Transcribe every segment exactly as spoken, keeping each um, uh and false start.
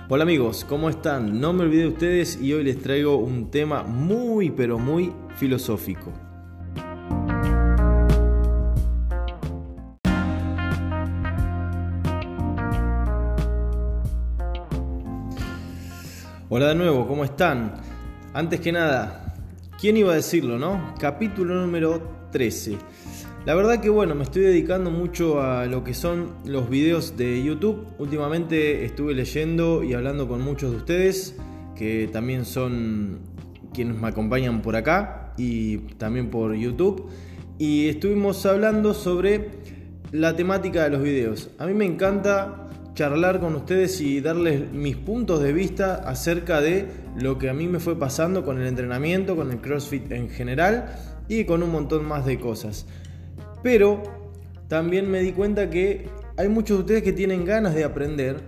Hola amigos, ¿cómo están? No me olvidé de ustedes y hoy les traigo un tema muy pero muy filosófico. Hola de nuevo, ¿cómo están? Antes que nada, ¿quién iba a decirlo, no? Capítulo número trece. La verdad que bueno, me estoy dedicando mucho a lo que son los videos de YouTube. Últimamente estuve leyendo y hablando con muchos de ustedes, que también son quienes me acompañan por acá y también por YouTube. Y estuvimos hablando sobre la temática de los videos. A mí me encanta charlar con ustedes y darles mis puntos de vista acerca de lo que a mí me fue pasando con el entrenamiento, con el CrossFit en general y con un montón más de cosas. Pero también me di cuenta que hay muchos de ustedes que tienen ganas de aprender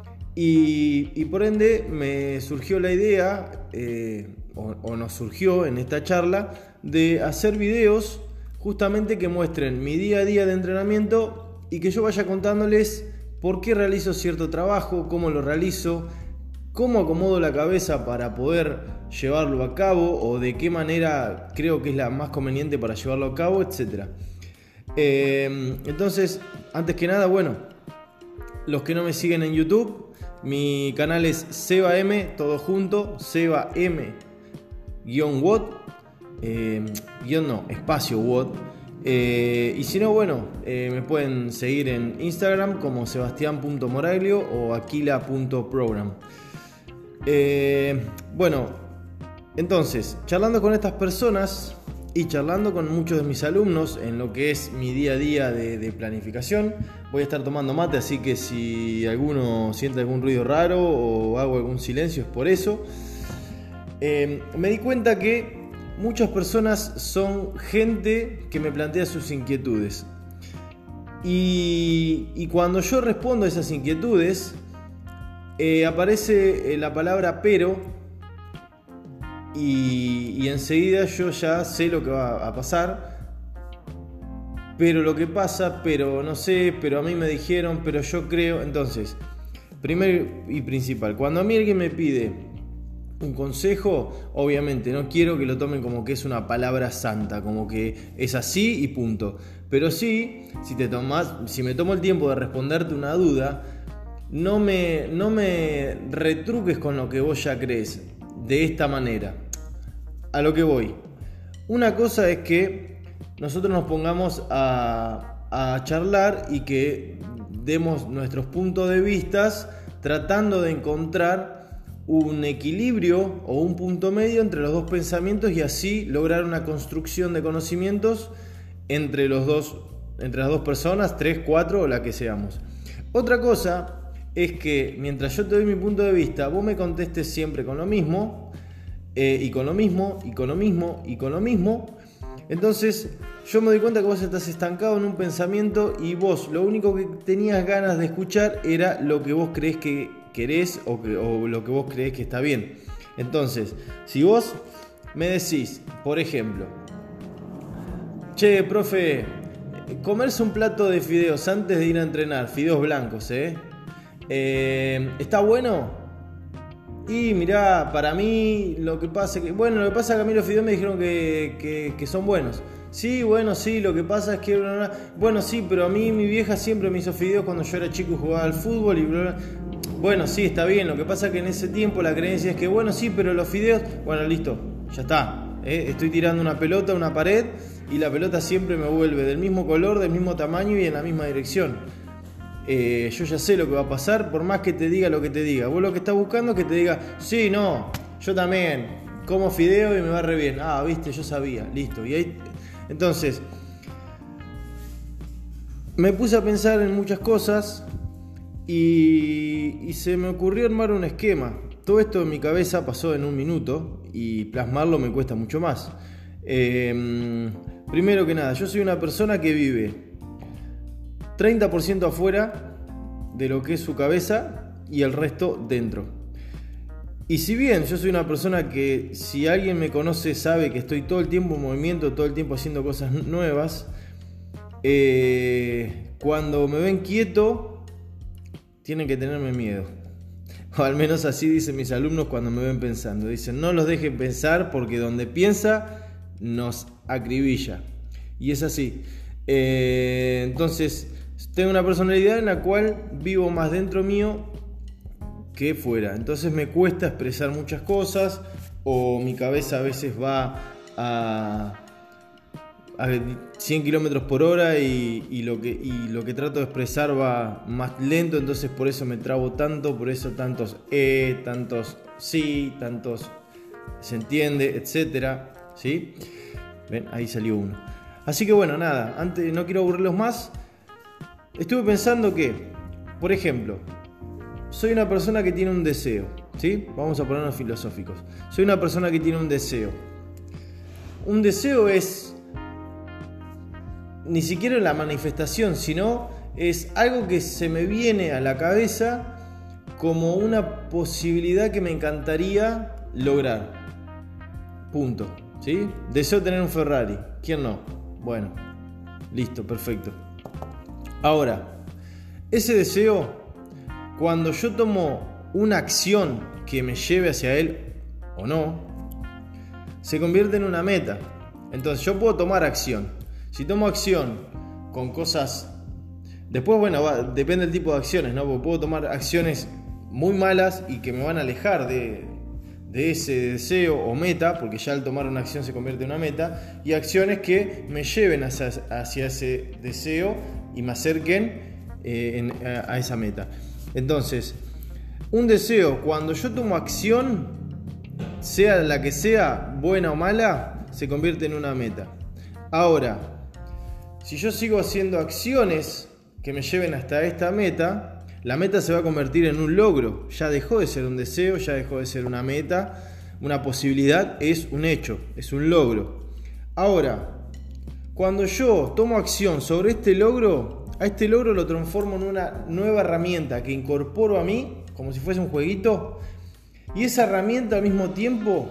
y, y por ende me surgió la idea, eh, o, o nos surgió en esta charla, de hacer videos justamente que muestren mi día a día de entrenamiento y que yo vaya contándoles por qué realizo cierto trabajo, cómo lo realizo, cómo acomodo la cabeza para poder llevarlo a cabo o de qué manera creo que es la más conveniente para llevarlo a cabo, etcétera. Eh, entonces, antes que nada, bueno, los que no me siguen en YouTube, mi canal es Seba M, todo junto, Seba M guión Watt, eh, guión no, espacio Watt. Eh, y si no, bueno, eh, me pueden seguir en Instagram como sebastián punto moraglio o aquila punto program. Eh, bueno, entonces, charlando con estas personas y charlando con muchos de mis alumnos en lo que es mi día a día de, de planificación, voy a estar tomando mate, así que si alguno siente algún ruido raro o hago algún silencio es por eso. Eh, me di cuenta que muchas personas son gente que me plantea sus inquietudes. Y, y cuando yo respondo a esas inquietudes, eh, aparece la palabra pero. Y, y enseguida yo ya sé lo que va a pasar, pero lo que pasa, pero no sé, pero a mí me dijeron, pero yo creo. Entonces, primero y principal, cuando a mí alguien me pide un consejo, obviamente no quiero que lo tomen como que es una palabra santa, como que es así y punto. Pero sí, si te tomas, si me tomo el tiempo de responderte una duda, no me, no me retruques con lo que vos ya crees. De esta manera, a lo que voy. Una cosa es que nosotros nos pongamos a, a charlar y que demos nuestros puntos de vista tratando de encontrar un equilibrio o un punto medio entre los dos pensamientos y así lograr una construcción de conocimientos entre los dos, entre las dos personas, tres, cuatro o la que seamos. Otra cosa es que mientras yo te doy mi punto de vista, vos me contestes siempre con lo mismo, eh, y con lo mismo, y con lo mismo, y con lo mismo. Entonces yo me doy cuenta que vos estás estancado en un pensamiento y vos lo único que tenías ganas de escuchar era lo que vos creés que querés o, que, o lo que vos creés que está bien. Entonces, si vos me decís, por ejemplo, che, profe, comerse un plato de fideos antes de ir a entrenar, fideos blancos, ¿eh? Eh, ¿Está bueno? Y mirá, para mí lo que pasa es que, bueno, lo que pasa es que a mí los fideos me dijeron que, que, que son buenos. Sí, bueno, sí, lo que pasa es que, bla, bla, bueno, sí, pero a mí mi vieja siempre me hizo fideos cuando yo era chico y jugaba al fútbol y bla, bla. Bueno, sí, está bien, lo que pasa es que en ese tiempo la creencia es que, bueno, sí, pero los fideos, bueno, listo, ya está. ¿eh? Estoy tirando una pelota a una pared y la pelota siempre me vuelve del mismo color, del mismo tamaño y en la misma dirección. Eh, yo ya sé lo que va a pasar, por más que te diga lo que te diga. Vos lo que estás buscando es que te diga, sí, no, yo también como fideo y me va re bien. Ah, viste, yo sabía, listo. Y ahí, entonces, me puse a pensar en muchas cosas y, y se me ocurrió armar un esquema. Todo esto en mi cabeza pasó en un minuto y plasmarlo me cuesta mucho más. Eh, primero que nada, yo soy una persona que vive treinta por ciento afuera de lo que es su cabeza y el resto dentro. Y si bien yo soy una persona que, si alguien me conoce, sabe que estoy todo el tiempo en movimiento, todo el tiempo haciendo cosas nuevas, eh, cuando me ven quieto, tienen que tenerme miedo. O al menos así dicen mis alumnos cuando me ven pensando. Dicen, no los dejen pensar porque donde piensa nos acribilla. Y es así. Eh, entonces, tengo una personalidad en la cual vivo más dentro mío que fuera. Entonces me cuesta expresar muchas cosas, o mi cabeza a veces va a, a cien kilómetros por hora y, y, lo que, y lo que trato de expresar va más lento. Entonces por eso me trabo tanto, por eso tantos E, tantos sí, tantos se entiende, etcétera. ¿Sí? Ven, ahí salió uno. Así que bueno, nada, antes no quiero aburrirlos más. Estuve pensando que, por ejemplo, soy una persona que tiene un deseo, ¿sí? Vamos a ponernos filosóficos. Soy una persona que tiene un deseo. Un deseo es ni siquiera la manifestación, sino es algo que se me viene a la cabeza como una posibilidad que me encantaría lograr. Punto, ¿sí? Deseo tener un Ferrari. ¿Quién no? Bueno, listo, perfecto. Ahora, ese deseo, cuando yo tomo una acción que me lleve hacia él o no, se convierte en una meta. Entonces yo puedo tomar acción. Si tomo acción con cosas... Después, bueno, va, depende del tipo de acciones, ¿no? Porque puedo tomar acciones muy malas y que me van a alejar de, de ese deseo o meta, porque ya al tomar una acción se convierte en una meta, y acciones que me lleven hacia, hacia ese deseo y me acerquen eh, en, a, a esa meta. Entonces, un deseo, cuando yo tomo acción, sea la que sea, buena o mala, se convierte en una meta. Ahora, si yo sigo haciendo acciones que me lleven hasta esta meta, la meta se va a convertir en un logro. Ya dejó de ser un deseo, ya dejó de ser una meta, una posibilidad, es un hecho, es un logro. Ahora, cuando yo tomo acción sobre este logro, a este logro lo transformo en una nueva herramienta que incorporo a mí, como si fuese un jueguito, y esa herramienta al mismo tiempo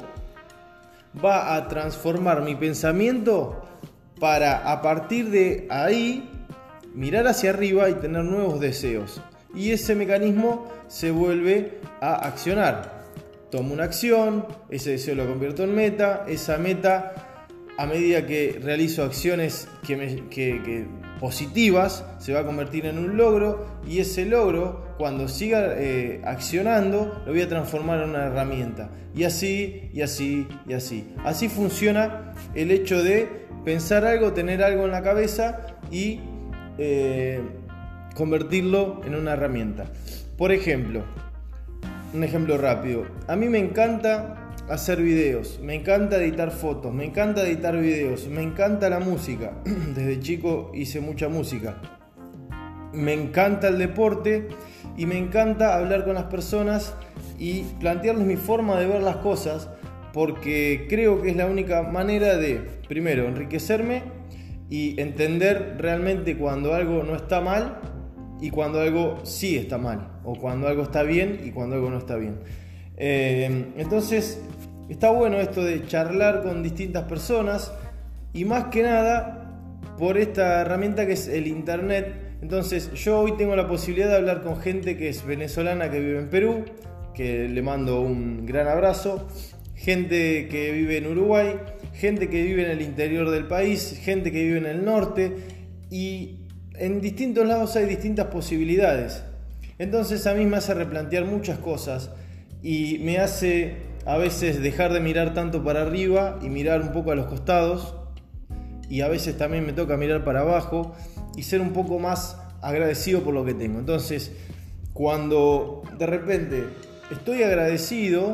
va a transformar mi pensamiento para, a partir de ahí, mirar hacia arriba y tener nuevos deseos. Y ese mecanismo se vuelve a accionar. Tomo una acción, ese deseo lo convierto en meta, esa meta, a medida que realizo acciones que me, que, que positivas, se va a convertir en un logro, y ese logro, cuando siga eh, accionando, lo voy a transformar en una herramienta. Y así, y así, y así. Así funciona el hecho de pensar algo, tener algo en la cabeza y eh, convertirlo en una herramienta. Por ejemplo, un ejemplo rápido. A mí me encanta hacer videos, me encanta editar fotos, me encanta editar videos, me encanta la música. Desde chico hice mucha música. Me encanta el deporte y me encanta hablar con las personas y plantearles mi forma de ver las cosas, porque creo que es la única manera de, primero, enriquecerme y entender realmente cuando algo no está mal y cuando algo sí está mal, o cuando algo está bien y cuando algo no está bien. Eh, entonces está bueno esto de charlar con distintas personas, y más que nada por esta herramienta que es el internet. Entonces yo hoy tengo la posibilidad de hablar con gente que es venezolana, que vive en Perú, que le mando un gran abrazo, gente que vive en Uruguay, gente que vive en el interior del país, gente que vive en el norte, y en distintos lados hay distintas posibilidades. Entonces a mí me hace replantear muchas cosas y me hace a veces dejar de mirar tanto para arriba y mirar un poco a los costados, y a veces también me toca mirar para abajo y ser un poco más agradecido por lo que tengo. Entonces, cuando de repente estoy agradecido,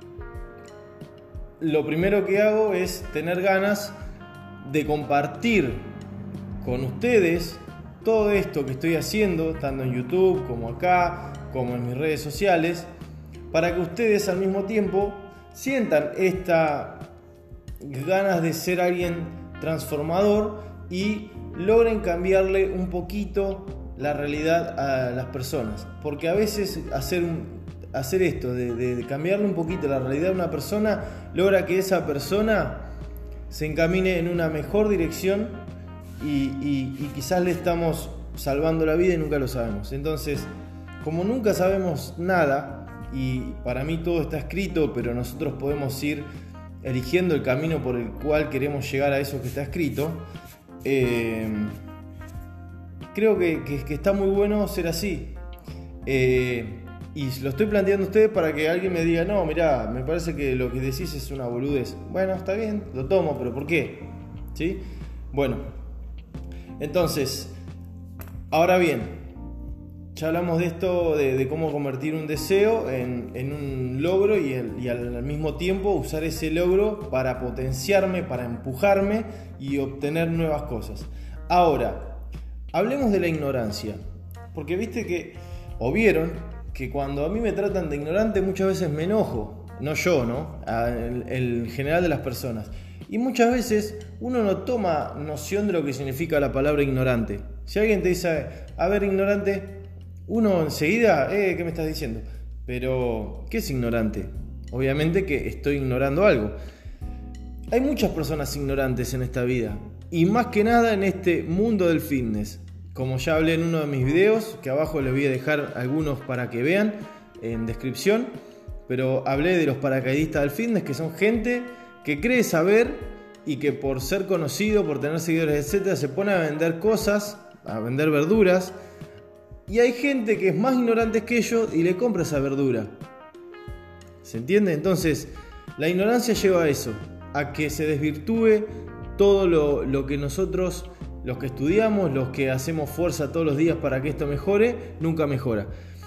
lo primero que hago es tener ganas de compartir con ustedes todo esto que estoy haciendo, tanto en YouTube como acá, como en mis redes sociales, para que ustedes al mismo tiempo sientan esta ganas de ser alguien transformador y logren cambiarle un poquito la realidad a las personas. Porque a veces hacer, un, hacer esto de, de cambiarle un poquito la realidad a una persona logra que esa persona se encamine en una mejor dirección, y, y, y quizás le estamos salvando la vida y nunca lo sabemos. Entonces, como nunca sabemos nada, y para mí todo está escrito, pero nosotros podemos ir eligiendo el camino por el cual queremos llegar a eso que está escrito. Eh, creo que, que, que está muy bueno ser así. Eh, y lo estoy planteando a ustedes para que alguien me diga, no, mirá, me parece que lo que decís es una boludez. Bueno, está bien, lo tomo, pero ¿por qué? ¿Sí? Bueno, entonces, ahora bien, ya hablamos de esto, de, de cómo convertir un deseo en, en un logro y, el, y al mismo tiempo usar ese logro para potenciarme, para empujarme y obtener nuevas cosas. Ahora, hablemos de la ignorancia, porque viste que, o vieron, que cuando a mí me tratan de ignorante muchas veces me enojo, no yo, ¿no? El, el general de las personas. Y muchas veces uno no toma noción de lo que significa la palabra ignorante. Si alguien te dice, a ver, ignorante, uno enseguida, eh, ¿qué me estás diciendo? Pero, ¿qué es ignorante? Obviamente que estoy ignorando algo. Hay muchas personas ignorantes en esta vida, y más que nada en este mundo del fitness. Como ya hablé en uno de mis videos, que abajo les voy a dejar algunos para que vean en descripción, pero hablé de los paracaidistas del fitness, que son gente que cree saber y que por ser conocido, por tener seguidores, etcétera, se pone a vender cosas, a vender verduras, y hay gente que es más ignorante que ellos y le compra esa verdura. ¿Se entiende? Entonces, la ignorancia lleva a eso, a que se desvirtúe todo lo, lo que nosotros, los que estudiamos, los que hacemos fuerza todos los días para que esto mejore, nunca mejora.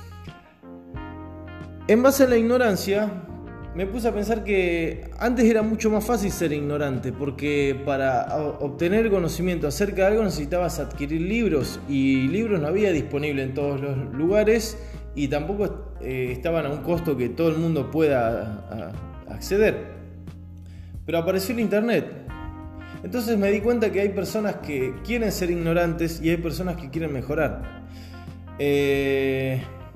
En base a la ignorancia, me puse a pensar que antes era mucho más fácil ser ignorante, porque para obtener conocimiento acerca de algo necesitabas adquirir libros, y libros no había disponible en todos los lugares y tampoco eh, estaban a un costo que todo el mundo pueda a, a acceder. Pero apareció el internet. Entonces me di cuenta que hay personas que quieren ser ignorantes y hay personas que quieren mejorar. Eh,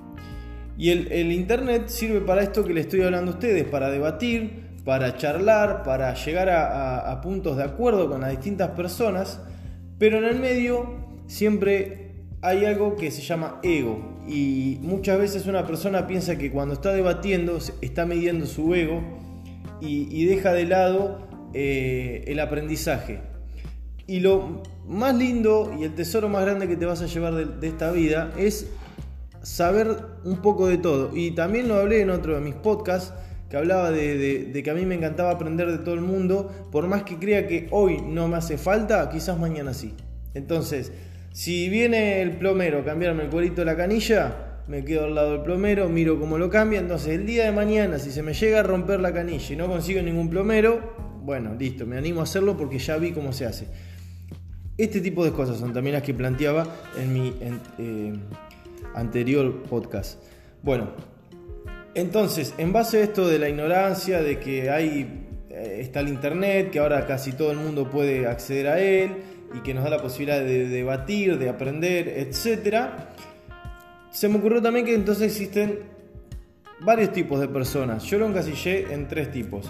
y el, el internet sirve para esto que les estoy hablando a ustedes, para debatir, para charlar, para llegar a, a, a puntos de acuerdo con las distintas personas, pero en el medio siempre hay algo que se llama ego, y muchas veces una persona piensa que cuando está debatiendo está midiendo su ego y, y deja de lado Eh, el aprendizaje. Y lo más lindo y el tesoro más grande que te vas a llevar de, de esta vida es saber un poco de todo. Y también lo hablé en otro de mis podcasts, que hablaba de, de, de que a mí me encantaba aprender de todo el mundo, por más que crea que hoy no me hace falta, quizás mañana sí. Entonces, si viene el plomero a cambiarme el cuerito de la canilla, me quedo al lado del plomero, miro cómo lo cambia. Entonces el día de mañana, si se me llega a romper la canilla y no consigo ningún plomero, bueno, listo, me animo a hacerlo porque ya vi cómo se hace. Este tipo de cosas son también las que planteaba en mi en, eh, anterior podcast. Bueno, entonces, en base a esto de la ignorancia, de que hay eh, está el internet, que ahora casi todo el mundo puede acceder a él y que nos da la posibilidad de debatir, de aprender, etcétera, se me ocurrió también que entonces existen varios tipos de personas. Yo lo encasillé en tres tipos.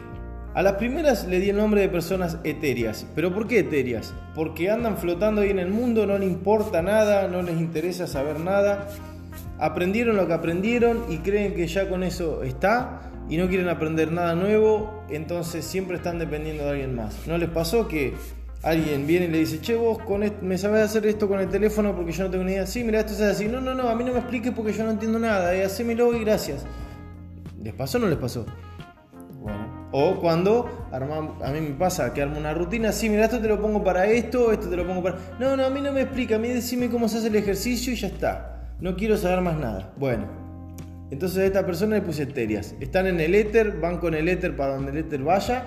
A las primeras le di el nombre de personas etéreas. ¿Pero por qué etéreas? Porque andan flotando ahí en el mundo, no les importa nada, no les interesa saber nada. Aprendieron lo que aprendieron y creen que ya con eso está y no quieren aprender nada nuevo, entonces siempre están dependiendo de alguien más. ¿No les pasó que alguien viene y le dice, che, vos con esto, me sabés hacer esto con el teléfono porque yo no tengo ni idea? Sí, mira, esto es así. No, no, no, a mí no me expliques porque yo no entiendo nada. Eh, hacémelo y gracias. ¿Les pasó o no les pasó? Bueno. O cuando armamos, a mí me pasa que armo una rutina, sí, mira, esto te lo pongo para esto, esto te lo pongo para... No, no, a mí no me explica, a mí decime cómo se hace el ejercicio y ya está. No quiero saber más nada. Bueno, entonces a esta persona le puse etéreas. Están en el éter, van con el éter para donde el éter vaya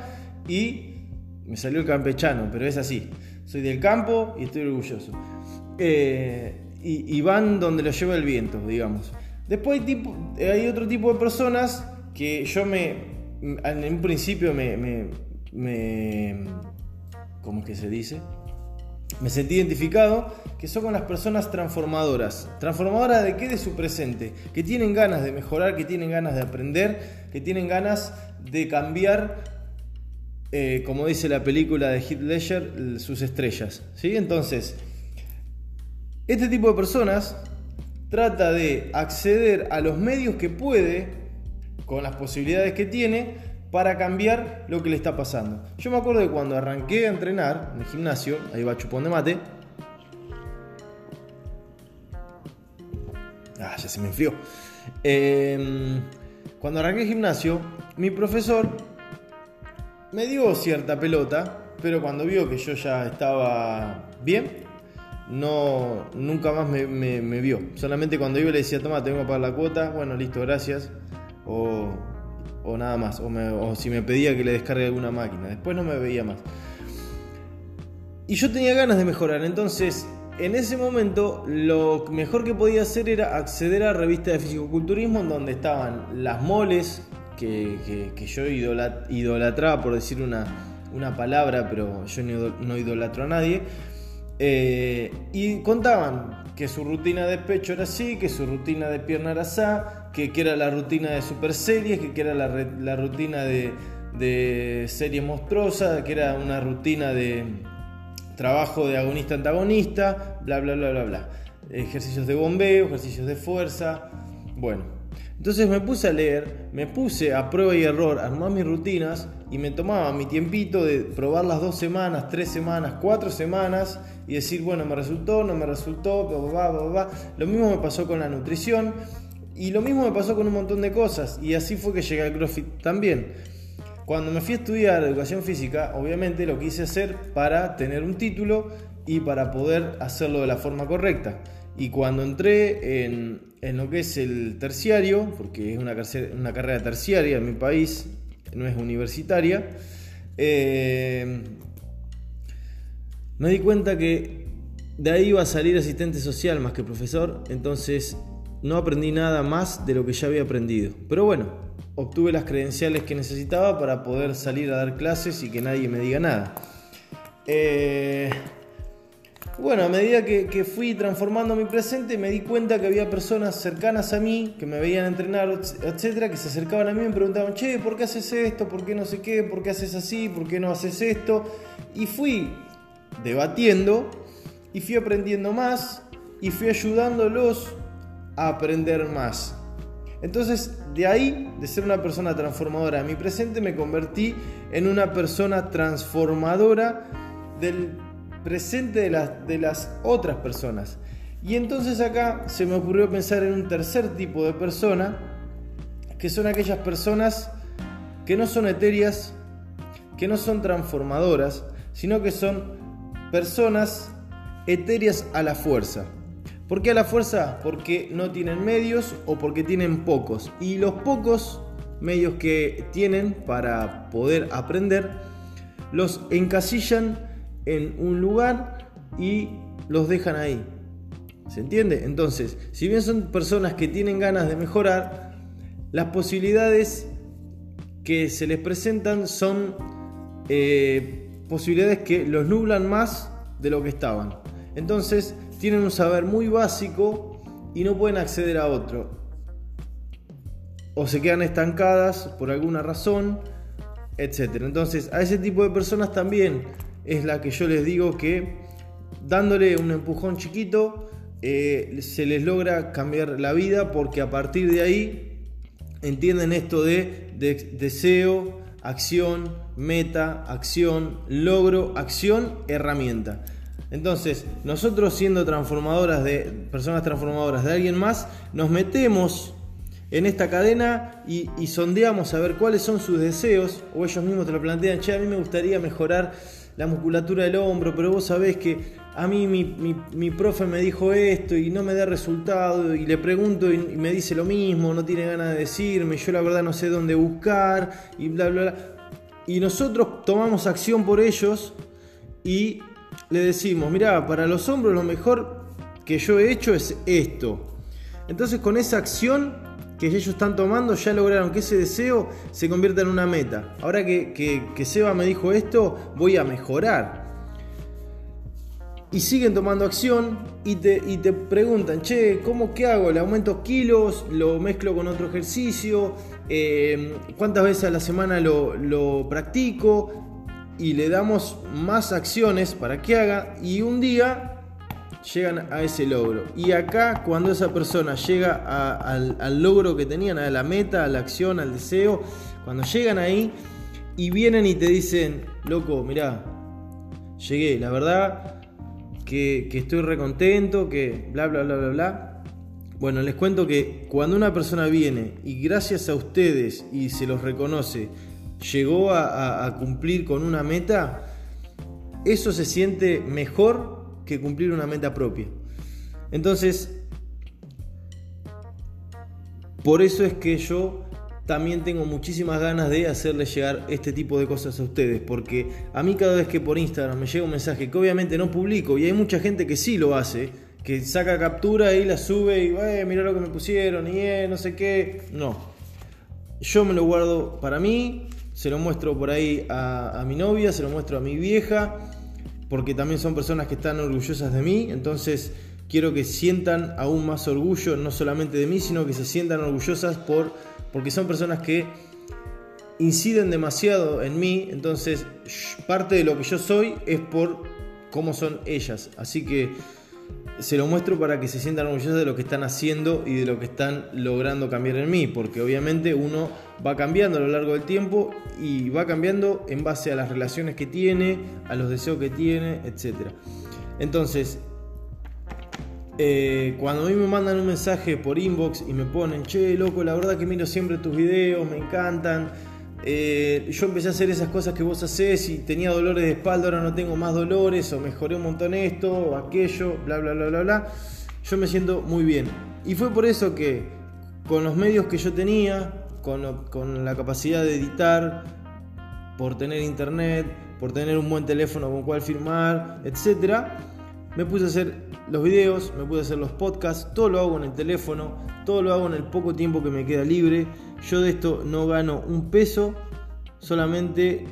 y me salió el campechano, pero es así. Soy del campo y estoy orgulloso. Eh, y, y van donde lo lleva el viento, digamos. Después hay, tipo, hay otro tipo de personas que yo me... En un principio me, me, me... ¿Cómo es que se dice? Me sentí identificado, que son con las personas transformadoras. ¿Transformadoras de qué? De su presente. Que tienen ganas de mejorar, que tienen ganas de aprender, que tienen ganas de cambiar, eh, como dice la película de Heath Ledger, sus estrellas, ¿sí? Entonces, este tipo de personas trata de acceder a los medios que puede, con las posibilidades que tiene, para cambiar lo que le está pasando. Yo me acuerdo de cuando arranqué a entrenar en el gimnasio, ahí va chupón de mate. Ah, ya se me enfrió. Eh, cuando arranqué el gimnasio, mi profesor me dio cierta pelota, pero cuando vio que yo ya estaba bien, no, nunca más me, me, me vio. Solamente cuando iba le decía, toma, te vengo a pagar la cuota, bueno, listo, gracias. O, o nada más. O, me, o si me pedía que le descargue alguna máquina. Después no me veía más. Y yo tenía ganas de mejorar, entonces en ese momento lo mejor que podía hacer era acceder a revistas de fisicoculturismo, en donde estaban las moles, que, que, que yo idolatraba, por decir una, una palabra, pero yo no idolatro a nadie. Eh, y contaban que su rutina de pecho era así, que su rutina de pierna era así, que, que era la rutina de super series, que, que era la, la rutina de, de serie monstruosa, que era una rutina de trabajo de agonista-antagonista, bla bla bla bla bla. Ejercicios de bombeo, ejercicios de fuerza. Bueno, entonces me puse a leer, me puse a prueba y error, a armar mis rutinas y me tomaba mi tiempito de probar las dos semanas, tres semanas, cuatro semanas y decir, bueno, me resultó, no me resultó, bla, bla, bla, bla. Lo mismo me pasó con la nutrición y lo mismo me pasó con un montón de cosas y así fue que llegué al CrossFit también. Cuando me fui a estudiar educación física, obviamente lo quise hacer para tener un título y para poder hacerlo de la forma correcta. Y cuando entré en, en lo que es el terciario, porque es una, una carrera terciaria en mi país, no es universitaria, eh, me di cuenta que de ahí iba a salir asistente social más que profesor, entonces no aprendí nada más de lo que ya había aprendido. Pero bueno, obtuve las credenciales que necesitaba para poder salir a dar clases y que nadie me diga nada. Eh, bueno, a medida que, que fui transformando mi presente, me di cuenta que había personas cercanas a mí, que me veían entrenar, etcétera, que se acercaban a mí y me preguntaban, che, ¿por qué haces esto? ¿Por qué no sé qué? ¿Por qué haces así? ¿Por qué no haces esto? Y fui debatiendo y fui aprendiendo más y fui ayudándolos a aprender más. Entonces, de ahí, de ser una persona transformadora en mi presente, me convertí en una persona transformadora del presente de las, de las otras personas. Y entonces acá se me ocurrió pensar en un tercer tipo de persona, que son aquellas personas que no son etéreas, que no son transformadoras, sino que son personas etéreas a la fuerza. ¿Por qué a la fuerza? Porque no tienen medios o porque tienen pocos. Y los pocos medios que tienen para poder aprender los encasillan en un lugar y los dejan ahí. ¿Se entiende? Entonces, si bien son personas que tienen ganas de mejorar, las posibilidades que se les presentan son eh, posibilidades que los nublan más de lo que estaban. Entonces, tienen un saber muy básico y no pueden acceder a otro. O se quedan estancadas por alguna razón, etcétera. Entonces, a ese tipo de personas también es la que yo les digo que dándole un empujón chiquito eh, se les logra cambiar la vida, porque a partir de ahí entienden esto de, de deseo, acción, meta, acción, logro, acción, herramienta. Entonces, nosotros siendo transformadoras de personas transformadoras de alguien más, nos metemos en esta cadena y, y sondeamos a ver cuáles son sus deseos, o ellos mismos te lo plantean, che, a mí me gustaría mejorar la musculatura del hombro, pero vos sabés que a mí mi, mi, mi profe me dijo esto y no me da resultado, y le pregunto y, y me dice lo mismo, no tiene ganas de decirme, yo la verdad no sé dónde buscar, y bla, bla, bla. Y nosotros tomamos acción por ellos y le decimos, mirá, para los hombros lo mejor que yo he hecho es esto. Entonces, con esa acción que ellos están tomando, ya lograron que ese deseo se convierta en una meta. Ahora que, que, que Seba me dijo esto, voy a mejorar. Y siguen tomando acción y te, y te preguntan, che, ¿cómo qué hago? ¿Le aumento kilos? ¿Lo mezclo con otro ejercicio? Eh, ¿Cuántas veces a la semana lo, lo practico? Y le damos más acciones para que haga, y un día llegan a ese logro. Y acá, cuando esa persona llega a, al, al logro que tenían, a la meta, a la acción, al deseo, cuando llegan ahí y vienen y te dicen, loco, mirá, llegué, la verdad que, que estoy recontento, que bla, bla, bla, bla, bla. Bueno, les cuento que cuando una persona viene y gracias a ustedes y se los reconoce, llegó a, a, a cumplir con una meta, eso se siente mejor que cumplir una meta propia. Entonces, por eso es que yo también tengo muchísimas ganas de hacerles llegar este tipo de cosas a ustedes, porque a mí cada vez que por Instagram me llega un mensaje que obviamente no publico, y hay mucha gente que sí lo hace, que saca captura y la sube y eh, mirá lo que me pusieron y eh, no sé qué. No, yo me lo guardo para mí, se lo muestro por ahí a, a mi novia, se lo muestro a mi vieja, porque también son personas que están orgullosas de mí. Entonces quiero que sientan aún más orgullo, no solamente de mí, sino que se sientan orgullosas por, porque son personas que inciden demasiado en mí. Entonces parte de lo que yo soy es por cómo son ellas, así que se lo muestro para que se sientan orgullosos de lo que están haciendo y de lo que están logrando cambiar en mí, porque obviamente uno va cambiando a lo largo del tiempo y va cambiando en base a las relaciones que tiene, a los deseos que tiene, etcétera. Entonces, eh, cuando a mí me mandan un mensaje por inbox y me ponen, che, loco, la verdad que miro siempre tus videos, me encantan, Eh, yo empecé a hacer esas cosas que vos hacés y tenía dolores de espalda, ahora no tengo más dolores, o mejoré un montón esto o aquello, bla bla bla bla bla, yo me siento muy bien. Y fue por eso que con los medios que yo tenía, con, con la capacidad de editar, por tener internet, por tener un buen teléfono con cual filmar, etcétera, me puse a hacer los videos, me puse a hacer los podcasts, todo lo hago en el teléfono, todo lo hago en el poco tiempo que me queda libre. Yo de esto no gano un peso, solamente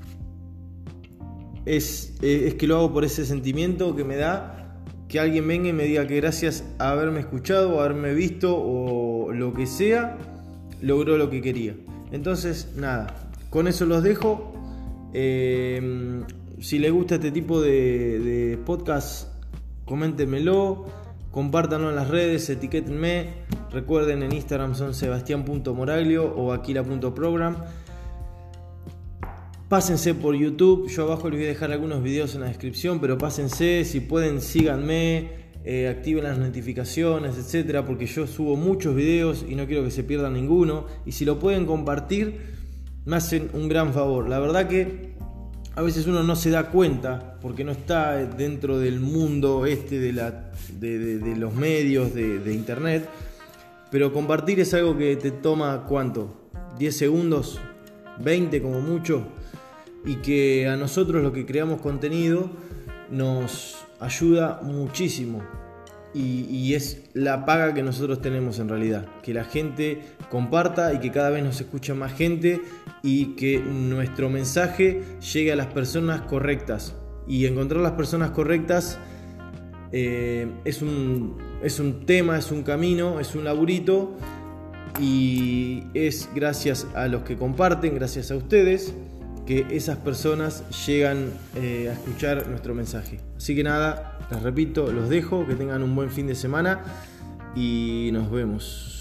es, es que lo hago por ese sentimiento que me da que alguien venga y me diga que gracias a haberme escuchado, a haberme visto o lo que sea, logró lo que quería. Entonces, nada, con eso los dejo. Eh, si les gusta este tipo de, de podcast, coméntenmelo, compártanlo en las redes, etiquétenme. Recuerden, en Instagram son sebastián punto moraglio o aquila punto program. Pásense por YouTube, yo abajo les voy a dejar algunos videos en la descripción, pero pásense, si pueden síganme, eh, activen las notificaciones, etcétera, porque yo subo muchos videos y no quiero que se pierdan ninguno. Y si lo pueden compartir, me hacen un gran favor. La verdad que a veces uno no se da cuenta porque no está dentro del mundo este de, la, de, de, de los medios, de, de internet. Pero compartir es algo que te toma, ¿cuánto? diez segundos, veinte como mucho. Y que a nosotros, los que creamos contenido, nos ayuda muchísimo. Y, y es la paga que nosotros tenemos en realidad. Que la gente comparta y que cada vez nos escucha más gente. Y que nuestro mensaje llegue a las personas correctas. Y encontrar las personas correctas eh, es un, es un tema, es un camino, es un laburito. Y es gracias a los que comparten, gracias a ustedes, que esas personas llegan eh, a escuchar nuestro mensaje. Así que nada, les repito, los dejo, que tengan un buen fin de semana y nos vemos.